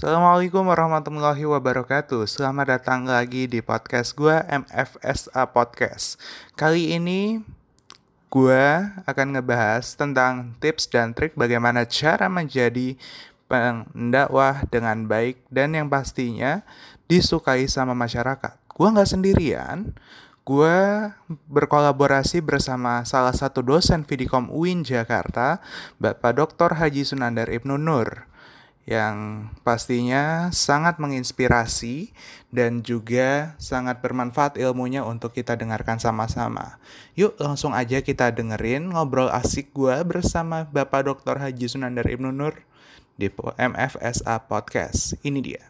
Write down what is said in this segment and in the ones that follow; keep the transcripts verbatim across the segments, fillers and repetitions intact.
Assalamualaikum warahmatullahi wabarakatuh. Selamat datang lagi di podcast gue, M F S A Podcast. Kali ini gue akan ngebahas tentang tips dan trik bagaimana cara menjadi pendakwah dengan baik dan yang pastinya disukai sama masyarakat. Gue gak sendirian. Gue berkolaborasi bersama salah satu dosen Fidikom U I N Jakarta, Bapak Doktor Haji Sunandar Ibnu Nur, yang pastinya sangat menginspirasi dan juga sangat bermanfaat ilmunya untuk kita dengarkan sama-sama. Yuk langsung aja kita dengerin ngobrol asik gue bersama Bapak Doktor Haji Sunandar Ibnu Nur di M F S A Podcast. Ini dia.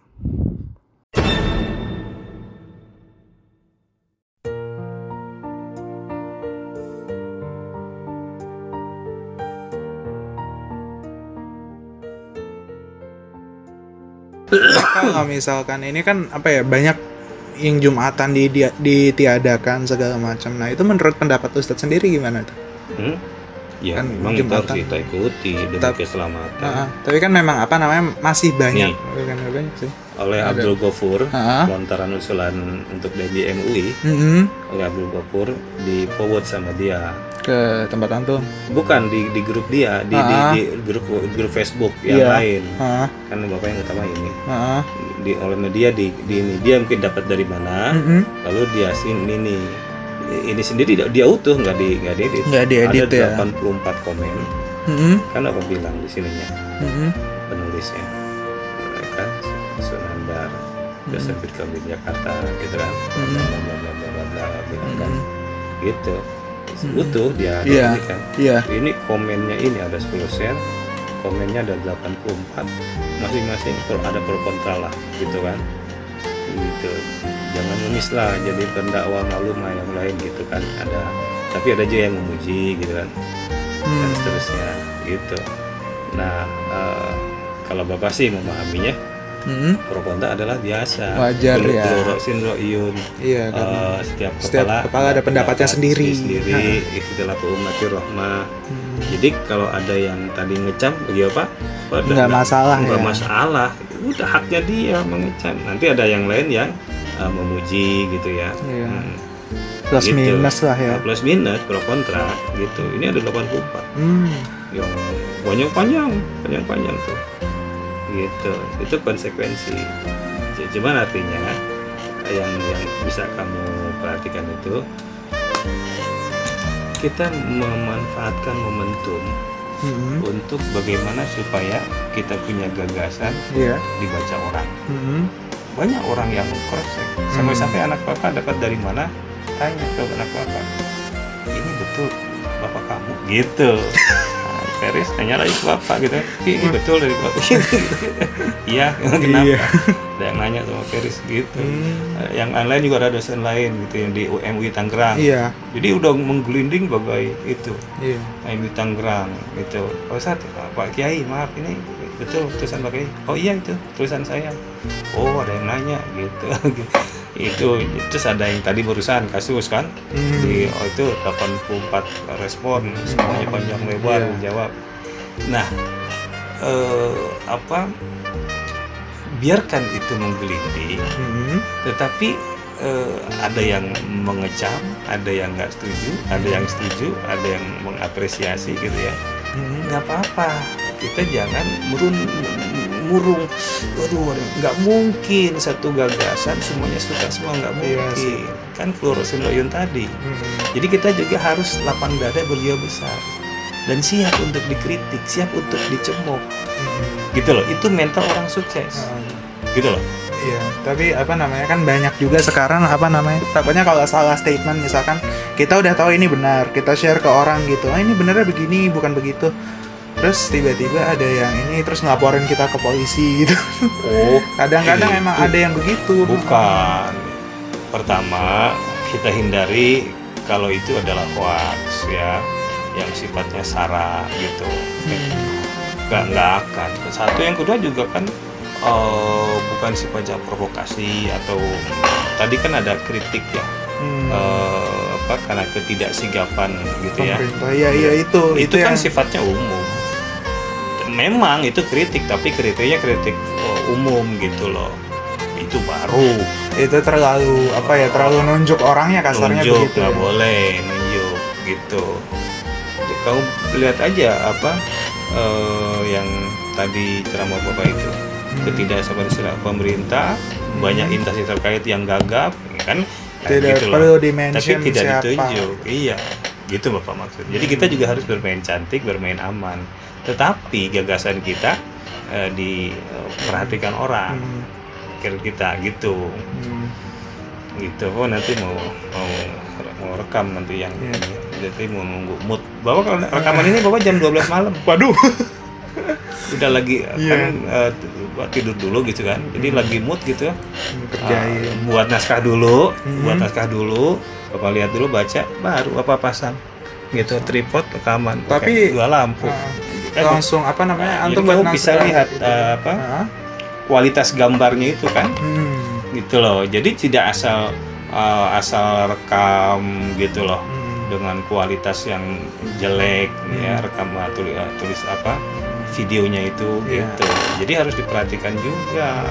Kalau misalkan ini kan apa ya, banyak yang Jumatan di, di, ditiadakan segala macam. Nah itu menurut pendapat Ustadz sendiri gimana tuh? Hmm? Ya kan memang itu harus kita ikuti demi Ta- keselamatan. Uh, tapi kan memang apa namanya masih banyak. Nih, kan banyak sih. Oleh Ada. Abdul Ghafur, uh-huh. lontaran usulan untuk D B M U I, mm-hmm. oleh Abdul Ghafur di forward sama dia ke tempat antum. Bukan di di grup dia, di uh-huh. di, di grup grup Facebook yang yeah. lain. uh-huh. Kan bapak yang utama ini. Uh-huh. Di oleh media di, di ini dia mungkin dapat dari mana, mm-hmm. lalu dia sini ini ini sendiri dia utuh, nggak di nggak diedit. Nggak diedit. Ada ya. delapan puluh empat komen. Mm-hmm. Kan apa bilang di sininya, mm-hmm. penulisnya kan Sunandar, dosen Fidikom di Jakarta, gitu kan, bla bla bla bla bla bla bilang kan, gitu, utuh dia, yeah. ini kan, yeah. ini komennya ini ada sepuluh share, komennya ada delapan puluh empat, masing-masing ada pro kontra lah, gitu kan, gitu, jangan nulis lah, jadi pendakwah malumah yang lain gitu kan, ada, tapi ada juga yang memuji, gitu kan. Hmm. Dan seterusnya gitu. Nah uh, kalau bapak sih memahaminya, hmm. pro kontra adalah biasa. Wajar Belu, ya. Pelorosin ro'yun. Iya. Uh, setiap, setiap kepala, kepala ada pendapatnya sendiri. Sendiri. Istilah ummati rahmah. Hmm. Jadi kalau ada yang tadi ngecam, bagi apa? Nggak masalah. Nggak ya. masalah. Udah haknya dia mengecam. Nanti ada yang lain yang uh, memuji gitu ya. Iya. Hmm. Plus gitu. Minus lah ya. Plus minus pro kontra gitu. Ini ada delapan puluh empat. Hmm. Yang panjang-panjang, panjang-panjang tuh. Gitu. Itu konsekuensi. Cuman artinya yang yang bisa kamu perhatikan itu, kita memanfaatkan momentum mm-hmm. untuk bagaimana supaya kita punya gagasan yeah. dibaca orang. Mm-hmm. Banyak orang yang cross check. Sampai-sampai anak bapak dapat dari mana? Tanya ke anak bapak, ini betul bapak kamu gitu. Nah, Feris tanya lagi ke bapak gitu, ini betul dari bapak. Iya, kenapa? Iya. Ada yang nanya sama Feris gitu. Hmm. Yang lain juga ada dosen lain gitu yang di U M U I Tangerang. Iya. Jadi udah menggelinding bagai itu. Iya. U M U I Tangerang gitu. Oh Ustaz, Pak Kiai, maaf ini betul tulisan Pak Kiai. Oh iya itu tulisan saya. Oh ada yang nanya gitu. itu terus ada yang tadi barusan kasus kan hmm. di oh itu delapan puluh empat respon semuanya panjang lebar yeah. jawab. Nah eh, apa biarkan itu menggelinding hmm. tetapi eh, ada yang mengecam, ada yang nggak setuju, ada yang setuju, ada yang mengapresiasi gitu ya. Nggak hmm. apa-apa, kita jangan murung murung, waduh, nggak mungkin satu gagasan semuanya suka semua, nggak mungkin. Iya, kan fluoresin royun tadi. Hmm. Jadi kita juga harus lapang dada beliau besar dan siap untuk dikritik, siap untuk dicemooh. Hmm. Gitu loh, itu mental orang sukses. Hmm. Gitu loh. Iya, tapi apa namanya kan banyak juga sekarang apa namanya takutnya kalau salah statement misalkan kita udah tahu ini benar, kita share ke orang gitu, ah ini benernya begini bukan begitu. Terus tiba-tiba ada yang ini terus ngelaporin kita ke polisi gitu. Oh, kadang-kadang itu, emang ada yang begitu. Bukan. Pertama, kita hindari kalau itu adalah hoax ya, yang sifatnya sara gitu. Hmm. Gak, nggak akan. Satu yang kedua juga kan uh, bukan sifatnya provokasi atau tadi kan ada kritik ya. Hmm. Uh, apa karena ketidaksigapan gitu ya. Iya iya itu itu, itu kan yang... sifatnya umum. memang itu kritik, tapi kritiknya kritik uh, umum gitu loh. Itu baru. Itu terlalu apa ya? Terlalu nunjuk orangnya, kasarnya nunjuk, begitu. Nggak ya? boleh nunjuk gitu. Jadi, kamu lihat aja apa uh, yang tadi ceramah Bapak itu. Hmm. Ketidaksabaran pemerintah, hmm. banyak instansi terkait yang gagap, kan? Tidak gitu perlu loh. dimention Tapi tidak siapa. ditunjuk. Iya, gitu Bapak maksud. Jadi kita juga harus bermain cantik, bermain aman. Tetapi gagasan kita eh, diperhatikan orang, Hmm. kira kita gitu, Hmm. gitu. Oh nanti mau mau mau rekam nanti yang Yeah. ini. Jadi mau nunggu mood. Bapak kalau rekaman ini Bapak jam dua belas malam. Waduh. Udah lagi Yeah. kan eh, tidur dulu gitu kan. Jadi Hmm. lagi mood gitu. Kerjain. Uh, buat naskah dulu, Hmm. buat naskah dulu, Bapak lihat dulu, baca, baru Bapak pasang gitu tripod rekaman. Tapi pakai dua lampu. Uh, Eh, langsung apa namanya? jadi Antum buat kamu bisa naskah lihat gitu. uh, apa Uh, kualitas gambarnya itu kan, hmm. gitu loh. Jadi tidak asal uh, asal rekam gitu loh Hmm. dengan kualitas yang jelek Hmm. ya, rekam uh, tulis, uh, tulis apa videonya itu Yeah. gitu. Jadi harus diperhatikan juga.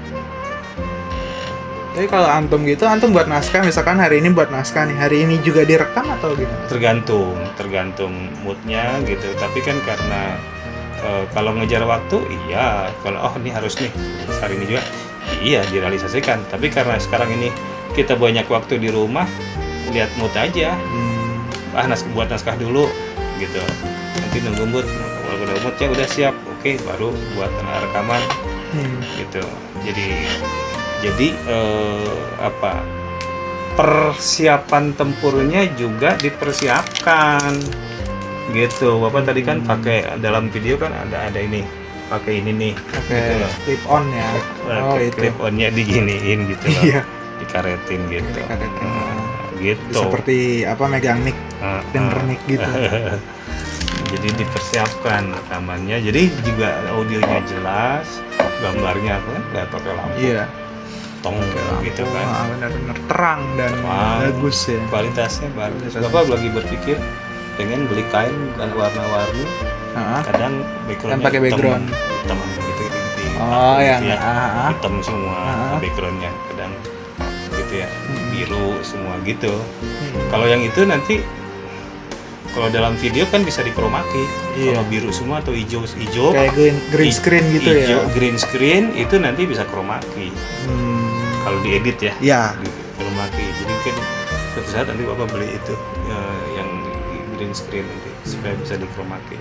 Tapi kalau antum gitu, antum buat naskah, misalkan hari ini buat naskah nih, hari ini juga direkam atau gimana? Tergantung, tergantung moodnya gitu. Tapi kan karena e, kalau ngejar waktu, iya. Kalau oh ini harus nih hari ini juga, iya direalisasikan. Tapi karena sekarang ini kita banyak waktu di rumah, lihat mood aja. Hmm. Ah nas buat naskah dulu gitu. Nanti nunggu mood, kalau udah moodnya udah siap, oke baru buat rekaman Hmm. gitu. Jadi jadi eh, apa? Persiapan tempurnya juga dipersiapkan gitu. Bapak tadi kan pakai dalam video kan ada ada ini pakai ini nih Oke, gitu loh. clip on ya. Oh, itu. Clip onnya diginiin gitu loh. Iya. Dikaretin gitu. Dikaretin. Nah, gitu. Seperti apa, megang mic, Uh, bener uh. mic gitu. Jadi dipersiapkan rekamannya. Jadi juga audionya jelas, gambarnya kan nggak pakai lampu. Iya. Tong gitu Oh, kan. ah, benar-benar terang dan Wah, bagus ya. kualitasnya bagus. Kualitasnya. Bapak lagi berpikir pengen beli kain dan warna-warni, Ah. kadang backgroundnya Dan pakai background. hitam, hitam gitu, gitu, gitu. Oh, Gitu yang ya. ah, ah. Hitam semua Ah. backgroundnya, kadang gitu ya, Hmm. biru semua gitu. Hmm. Kalau yang itu nanti kalau dalam video kan bisa dikromaki. Iya. Kalau biru semua atau hijau hijau Kayak green, green screen gitu hijau, ya. green screen itu nanti bisa kromaki. Hmm. Kalau diedit ya. Ya. Di kromaki. Jadi mungkin suatu saat nanti Bapak beli itu ya, yang green screen nanti supaya bisa dikromaki.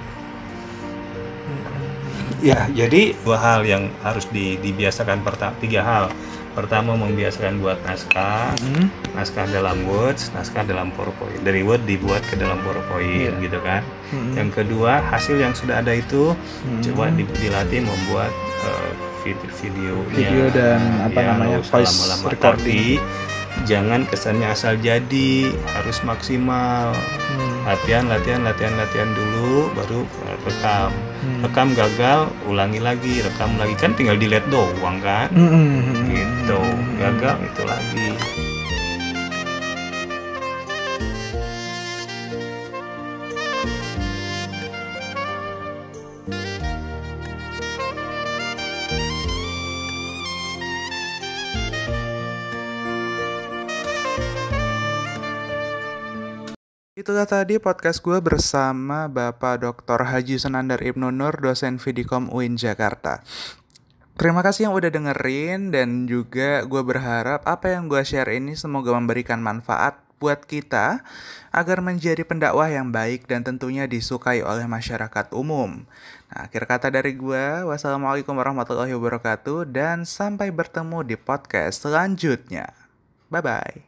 Ya, jadi dua hal yang harus di, dibiasakan pertama, tiga hal. Pertama membiasakan buat naskah, Hmm. naskah dalam Word, naskah dalam PowerPoint. Dari Word dibuat ke dalam PowerPoint Iya. gitu kan. Hmm. Yang kedua, hasil yang sudah ada itu Hmm. coba di- dilatih membuat uh, vid- videonya. Video dan apa Ya, namanya, nggak usah voice lama-lama. recording. Tapi jangan kesannya asal jadi, harus maksimal. Hmm. Latihan, latihan, latihan, latihan dulu, baru uh, rekam. Hmm. Rekam gagal, ulangi lagi, rekam lagi, kan tinggal dilihat doang kan. Hmm. Gitu, gagal itu lagi. Itulah tadi podcast gue bersama Bapak Doktor Haji Sunandar Ibnu Nur, dosen Fidikom U I N Jakarta. Terima kasih yang udah dengerin, dan juga gue berharap apa yang gue share ini semoga memberikan manfaat buat kita agar menjadi pendakwah yang baik dan tentunya disukai oleh masyarakat umum. Nah, akhir kata dari gue, wassalamualaikum warahmatullahi wabarakatuh, dan sampai bertemu di podcast selanjutnya. Bye-bye.